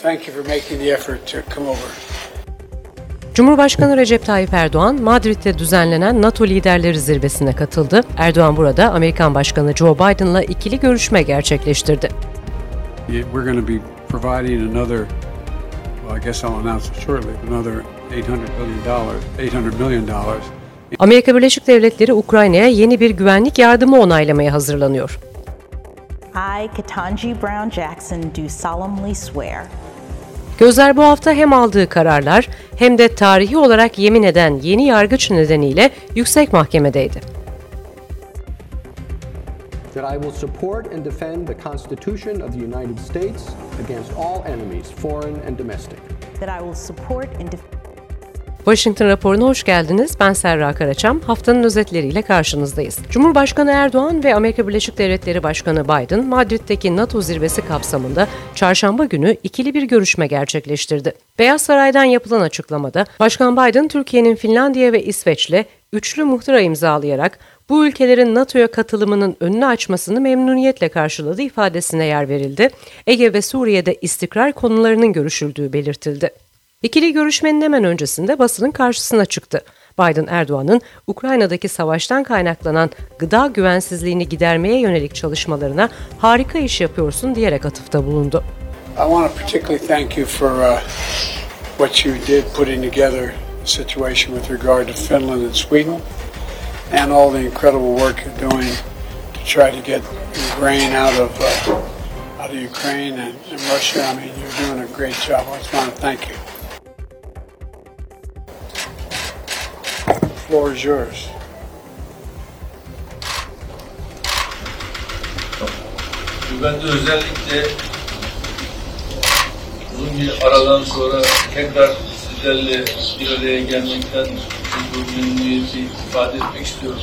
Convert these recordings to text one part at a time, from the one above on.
Thank you for making the effort to come over. Cumhurbaşkanı Recep Tayyip Erdoğan, Madrid'de düzenlenen NATO liderleri zirvesine katıldı. Erdoğan burada Amerikan Başkanı Joe Biden'la ikili görüşme gerçekleştirdi. We're going to be providing another, I guess I'll announce it shortly, another $800 million. Amerika Birleşik Devletleri Ukrayna'ya yeni bir güvenlik yardımı onaylamaya hazırlanıyor. I, Ketanji Brown Jackson, do solemnly swear. Gözler bu hafta hem aldığı kararlar hem de tarihi olarak yemin eden yeni yargıç nedeniyle yüksek mahkemedeydi. That I will support and defend the Constitution of the United States against all enemies, foreign and domestic. That I will support and Washington raporuna hoş geldiniz. Ben Serra Karaçam. Haftanın özetleriyle karşınızdayız. Cumhurbaşkanı Erdoğan ve Amerika Birleşik Devletleri Başkanı Biden, Madrid'deki NATO zirvesi kapsamında çarşamba günü ikili bir görüşme gerçekleştirdi. Beyaz Saray'dan yapılan açıklamada, Başkan Biden, Türkiye'nin Finlandiya ve İsveç'le üçlü muhtıra imzalayarak bu ülkelerin NATO'ya katılımının önünü açmasını memnuniyetle karşıladığı ifadesine yer verildi. Ege ve Suriye'de istikrar konularının görüşüldüğü belirtildi. İkili görüşmenin hemen öncesinde basının karşısına çıktı. Biden, Erdoğan'ın Ukrayna'daki savaştan kaynaklanan gıda güvensizliğini gidermeye yönelik çalışmalarına harika iş yapıyorsun diyerek atıfta bulundu. I want to particularly thank you for what you did putting together the situation with regard to Finland and Sweden and all the incredible work you're doing to try to get grain out of Ukraine and Russia. I mean, you're doing a great job. I just want to thank you. The floor is yours. Ben de özellikle uzun bir aradan sonra tekrar sizlerle bir araya gelmekten bu memnuniyeti ifade etmek istiyorum.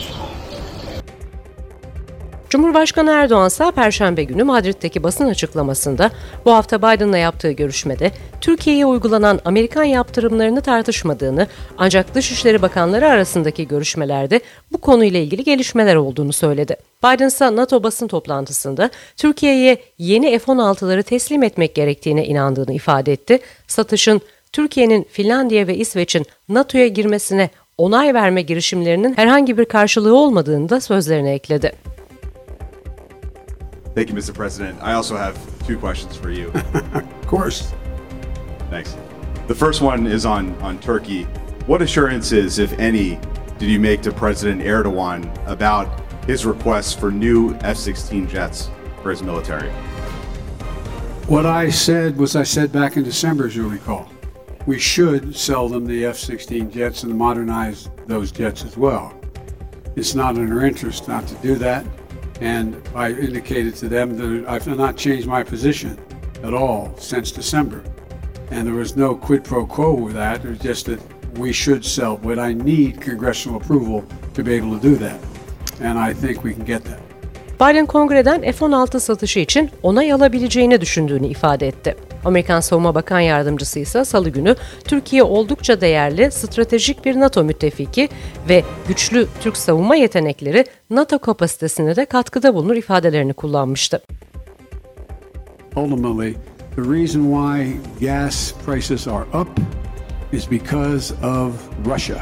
Cumhurbaşkanı Erdoğan ise Perşembe günü Madrid'deki basın açıklamasında bu hafta Biden'la yaptığı görüşmede Türkiye'ye uygulanan Amerikan yaptırımlarını tartışmadığını, ancak Dışişleri Bakanları arasındaki görüşmelerde bu konuyla ilgili gelişmeler olduğunu söyledi. Biden ise NATO basın toplantısında Türkiye'ye yeni F-16'ları teslim etmek gerektiğine inandığını ifade etti. Satışın Türkiye'nin Finlandiya ve İsveç'in NATO'ya girmesine onay verme girişimlerinin herhangi bir karşılığı olmadığını da sözlerine ekledi. Thank you, Mr. President. I also have two questions for you. Of course. Thanks. The first one is on Turkey. What assurances, if any, did you make to President Erdogan about his requests for new F-16 jets for his military? What I said back in December, as you'll recall. We should sell them the F-16 jets and modernize those jets as well. It's not in our interest not to do that. And I indicated to them that I've not changed my position at all since December. And there was no quid pro quo with that. It was just that we should sell, but I need congressional approval to be able to do that. And I think we can get that. Biden kongreden F-16 satışı için onay alabileceğini düşündüğünü ifade etti. Amerikan Savunma Bakan Yardımcısı ise Salı günü Türkiye oldukça değerli, stratejik bir NATO müttefiki ve güçlü Türk savunma yetenekleri NATO kapasitesine de katkıda bulunur ifadelerini kullanmıştı. Ultimately, the reason why gas prices are up is because of Russia.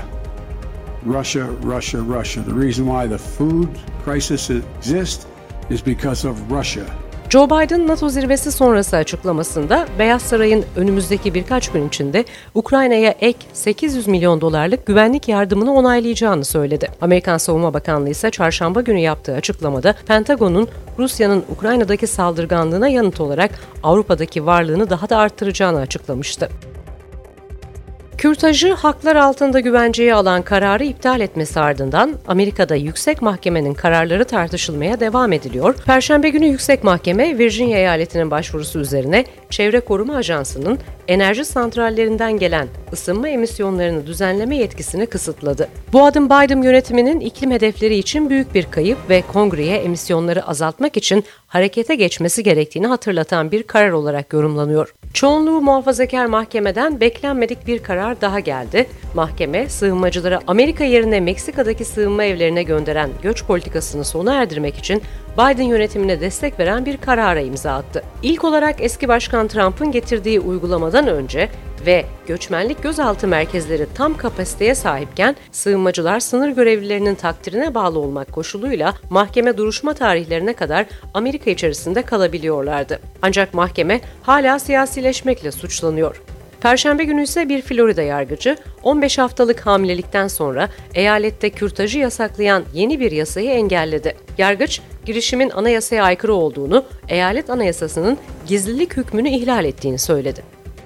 Russia. The reason why the food crisis exists is because of Russia. Joe Biden, NATO zirvesi sonrası açıklamasında Beyaz Saray'ın önümüzdeki birkaç gün içinde Ukrayna'ya ek $800 milyon güvenlik yardımını onaylayacağını söyledi. Amerikan Savunma Bakanlığı ise çarşamba günü yaptığı açıklamada Pentagon'un Rusya'nın Ukrayna'daki saldırganlığına yanıt olarak Avrupa'daki varlığını daha da arttıracağını açıklamıştı. Kürtajı haklar altında güvenceye alan kararı iptal etmesi ardından Amerika'da Yüksek Mahkemenin kararları tartışılmaya devam ediliyor. Perşembe günü Yüksek Mahkeme, Virginia eyaletinin başvurusu üzerine Çevre Koruma Ajansı'nın enerji santrallerinden gelen ısınma emisyonlarını düzenleme yetkisini kısıtladı. Bu adım Biden yönetiminin iklim hedefleri için büyük bir kayıp ve Kongre'ye emisyonları azaltmak için harekete geçmesi gerektiğini hatırlatan bir karar olarak yorumlanıyor. Çoğunluğu muhafazakar mahkemeden beklenmedik bir karar daha geldi. Mahkeme, sığınmacıları Amerika yerine Meksika'daki sığınma evlerine gönderen göç politikasını sona erdirmek için Biden yönetimine destek veren bir karara imza attı. İlk olarak eski Başkan Trump'ın getirdiği uygulamadan önce ve göçmenlik gözaltı merkezleri tam kapasiteye sahipken sığınmacılar sınır görevlilerinin takdirine bağlı olmak koşuluyla mahkeme duruşma tarihlerine kadar Amerika içerisinde kalabiliyorlardı. Ancak mahkeme hala siyasileşmekle suçlanıyor. Perşembe günü ise bir Florida yargıcı 15 haftalık hamilelikten sonra eyalette kürtajı yasaklayan yeni bir yasayı engelledi. Yargıç, girişimin anayasaya aykırı olduğunu, eyalet anayasasının gizlilik hükmünü ihlal ettiğini söyledi.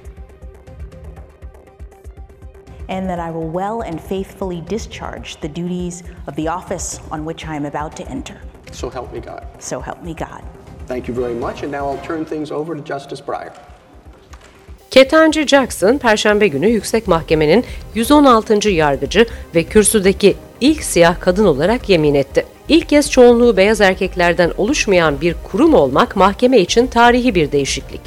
And that I will well and faithfully discharge the duties of the office on which I am about to enter. So help me God. So help me God. Thank you very much, and now I'll turn things over to Justice Breyer. Ketanji Jackson, Perşembe günü Yüksek Mahkemenin 116. yargıcı ve kürsüdeki ilk siyah kadın olarak yemin etti. İlk kez çoğunluğu beyaz erkeklerden oluşmayan bir kurum olmak mahkeme için tarihi bir değişiklik.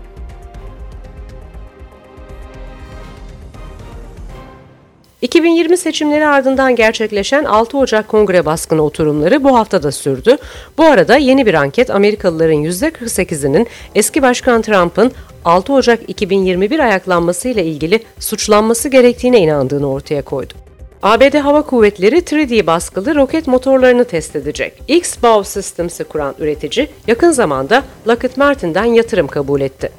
...2020 seçimleri ardından gerçekleşen 6 Ocak Kongre baskını oturumları bu hafta da sürdü. Bu arada yeni bir anket Amerikalıların %48'inin eski Başkan Trump'ın 6 Ocak 2021 ayaklanmasıyla ilgili suçlanması gerektiğine inandığını ortaya koydu. ABD Hava Kuvvetleri 3D baskılı roket motorlarını test edecek. X-Bow Systems'i kuran üretici yakın zamanda Lockheed Martin'den yatırım kabul etti.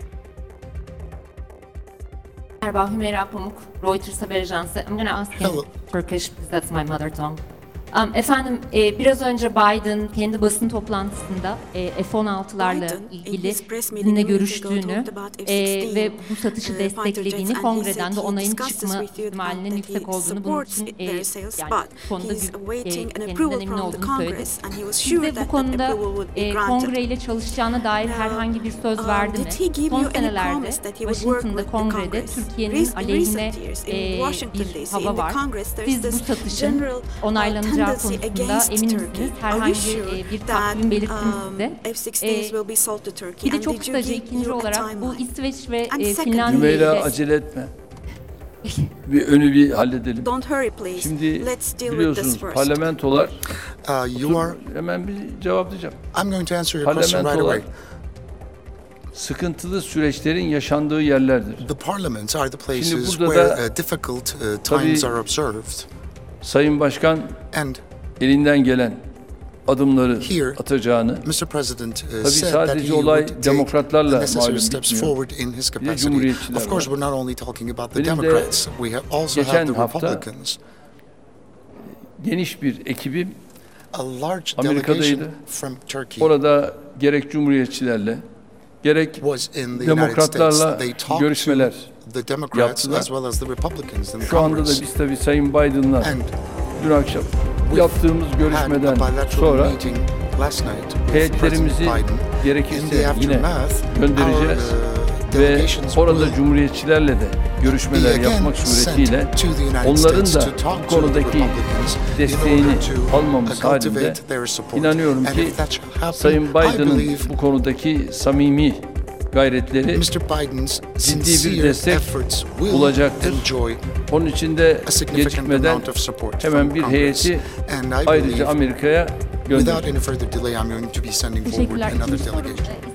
Merhaba, Hümeyra Pamuk, Reuters Haber Ajansı. I'm going to ask in Turkish because that's my mother tongue. Efendim, biraz önce Biden kendi basın toplantısında F-16'larla ilgili sizinle görüştüğünü ve bu satışı desteklediğini, kongreden de onayın çıkma ihtimalinin yüksek olduğunu, bunun için yani konuda kendinden emin olduğunu söyledi. Size bu konuda kongreyle çalışacağına dair herhangi bir söz verdi mi? Son senelerde Washington'da kongrede Türkiye'nin aleyhine bir hava var. Siz bu satışın onaylanacağını konusunda emin misiniz? Herhangi bir takvim belirttiniz size. Bir de çok kısaca ikinci olarak bu İsveç ve Finlandiya Hümeyra acele etme. Bir halledelim. Şimdi biliyorsunuz parlamentolar hemen bir cevaplayacağım. Parlamentolar sıkıntılı süreçlerin yaşandığı yerlerdir. Şimdi burada da tabii Sayın Başkan elinden gelen adımları atacağını, tabii sadece olay demokratlarla malum bitmiyor. Bir de cumhuriyetçiler var. Benim de geçen hafta geniş bir ekibim Amerika'daydı. Orada gerek cumhuriyetçilerle, gerek demokratlarla görüşmeler yaptılar. Şu anda da biz tabii Sayın Biden'la dün akşam yaptığımız görüşmeden sonra heyetlerimizi gerekirse yine göndereceğiz ve orada cumhuriyetçilerle de görüşmeler yapmak suretiyle onların da bu konudaki desteğini almamız halinde inanıyorum ki Sayın Biden'ın bu konudaki samimi gayretleri ciddi bir destek bulacaktır. Onun için de gecikmeden hemen bir heyeti ayrıca Amerika'ya göndereceğiz. Teşekkürler.